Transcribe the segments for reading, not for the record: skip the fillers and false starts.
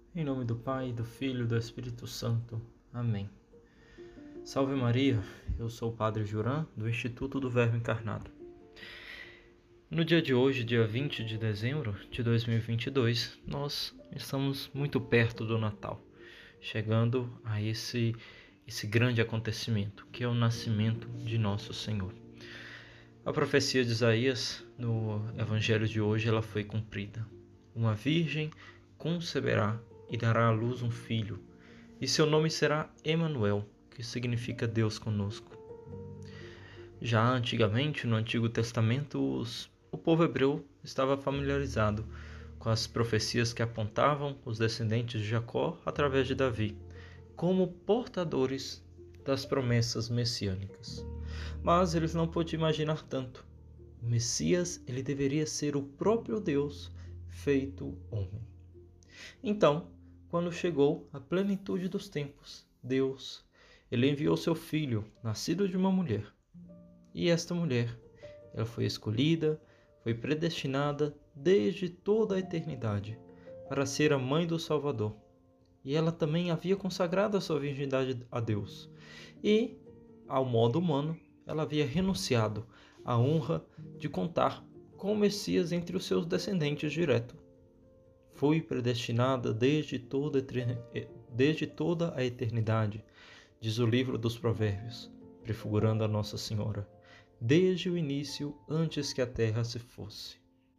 Em nome do Pai, do Filho e do Espírito Santo. Amém. Salve Maria, eu sou o Padre Juran, do Instituto do Verbo Encarnado. No dia de hoje, dia 20 de dezembro de 2022, nós estamos muito perto do Natal, chegando a esse grande acontecimento, que é o nascimento de Nosso Senhor. A profecia de Isaías, no Evangelho de hoje, ela foi cumprida. Uma virgem conceberá e dará à luz um filho, e seu nome será Emanuel, que significa Deus conosco. Já antigamente, no Antigo Testamento, o povo hebreu estava familiarizado com as profecias que apontavam os descendentes de Jacó através de Davi, como portadores das promessas messiânicas. Mas eles não podiam imaginar tanto. O Messias, ele deveria ser o próprio Deus feito homem. Então, quando chegou a plenitude dos tempos, Deus, ele enviou seu filho, nascido de uma mulher. E esta mulher, ela foi escolhida, foi predestinada desde toda a eternidade para ser a mãe do Salvador. E ela também havia consagrado a sua virgindade a Deus. E, ao modo humano, ela havia renunciado à honra de contar com o Messias entre os seus descendentes diretos. Foi predestinada desde toda a eternidade, diz o livro dos Provérbios, prefigurando a Nossa Senhora, desde o início, antes que a terra se fosse.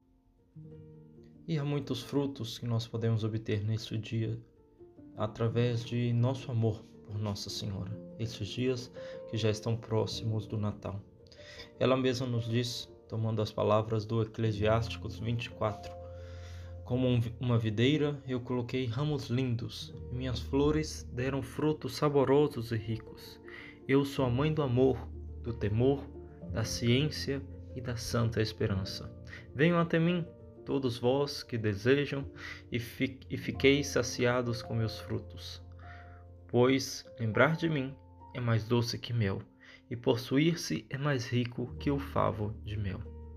E há muitos frutos que nós podemos obter neste dia, através de nosso amor por Nossa Senhora, estes dias que já estão próximos do Natal. Ela mesma nos diz, tomando as palavras do Eclesiásticos 24, como uma videira, eu coloquei ramos lindos, e minhas flores deram frutos saborosos e ricos. Eu sou a mãe do amor, do temor, da ciência e da santa esperança. Venham até mim, todos vós que desejam, e fiqueis saciados com meus frutos. Pois lembrar de mim é mais doce que mel, e possuir-se é mais rico que o favo de mel.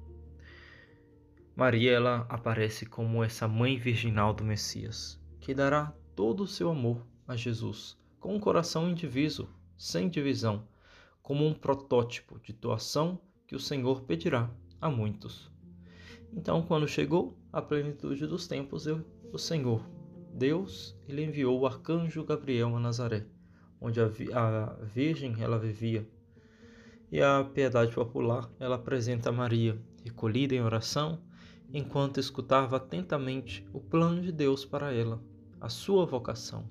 Maria, ela aparece como essa mãe virginal do Messias, que dará todo o seu amor a Jesus, com um coração indiviso, sem divisão, como um protótipo de doação que o Senhor pedirá a muitos. Então, quando chegou a plenitude dos tempos, o Senhor, Deus, ele enviou o arcanjo Gabriel a Nazaré, onde a Virgem ela vivia. E a piedade popular, ela apresenta Maria, recolhida em oração, enquanto escutava atentamente o plano de Deus para ela, a sua vocação.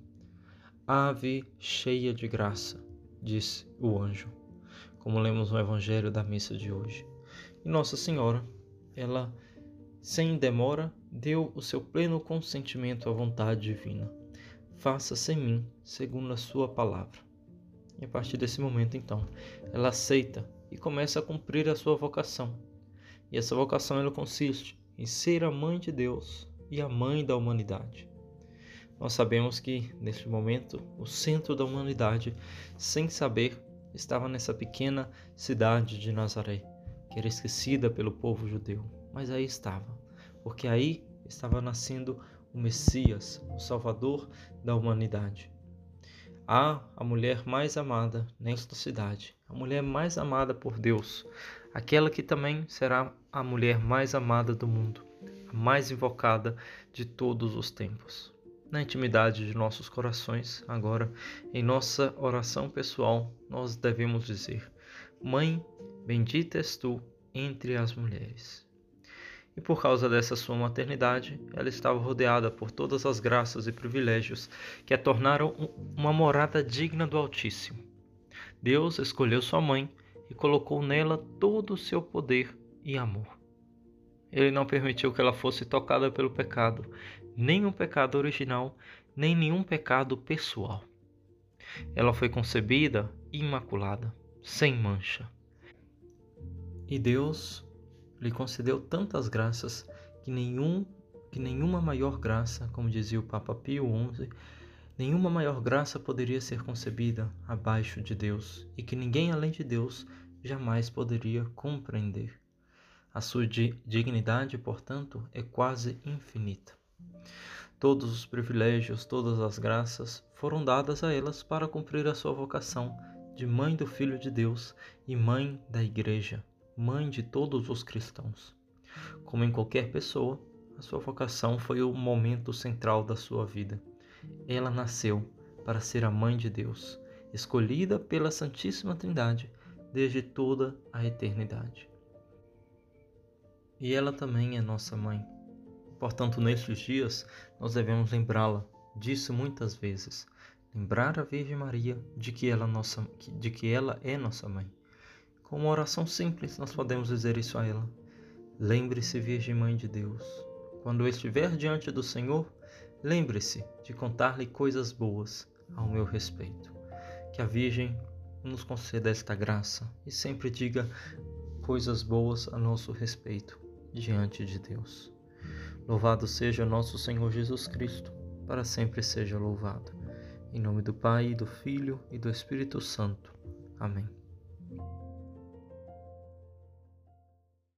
Ave cheia de graça, disse o anjo, como lemos no Evangelho da missa de hoje. E Nossa Senhora, ela, sem demora, deu o seu pleno consentimento à vontade divina. Faça-se em mim, segundo a sua palavra. E a partir desse momento, então, ela aceita e começa a cumprir a sua vocação. E essa vocação ela consiste em ser a mãe de Deus e a mãe da humanidade. Nós sabemos que, neste momento, o centro da humanidade, sem saber, estava nessa pequena cidade de Nazaré, que era esquecida pelo povo judeu. Mas aí estava, porque aí estava nascendo o Messias, o Salvador da humanidade. Há a mulher mais amada nesta cidade, a mulher mais amada por Deus, aquela que também será a mulher mais amada do mundo, a mais invocada de todos os tempos. Na intimidade de nossos corações, agora, em nossa oração pessoal, nós devemos dizer: Mãe, bendita és tu entre as mulheres. E por causa dessa sua maternidade, ela estava rodeada por todas as graças e privilégios que a tornaram uma morada digna do Altíssimo. Deus escolheu sua mãe e colocou nela todo o seu poder e amor. Ele não permitiu que ela fosse tocada pelo pecado, nem um pecado original, nem nenhum pecado pessoal. Ela foi concebida imaculada, sem mancha. E Deus lhe concedeu tantas graças que nenhuma maior graça, como dizia o Papa Pio XI, nenhuma maior graça poderia ser concebida abaixo de Deus e que ninguém além de Deus jamais poderia compreender. A sua dignidade, portanto, é quase infinita. Todos os privilégios, todas as graças foram dadas a elas para cumprir a sua vocação de mãe do Filho de Deus e mãe da Igreja, mãe de todos os cristãos. Como em qualquer pessoa, a sua vocação foi o momento central da sua vida. Ela nasceu para ser a mãe de Deus, escolhida pela Santíssima Trindade desde toda a eternidade. E ela também é nossa mãe. Portanto, nestes dias, nós devemos lembrá-la disso muitas vezes. Lembrar a Virgem Maria de que ela é nossa mãe. Com uma oração simples, nós podemos dizer isso a ela. Lembre-se, Virgem Mãe de Deus. Quando eu estiver diante do Senhor, lembre-se de contar-lhe coisas boas ao meu respeito. Que a Virgem nos conceda esta graça e sempre diga coisas boas a nosso respeito diante de Deus. Louvado seja nosso Senhor Jesus Cristo, para sempre seja louvado. Em nome do Pai, do Filho e do Espírito Santo. Amém.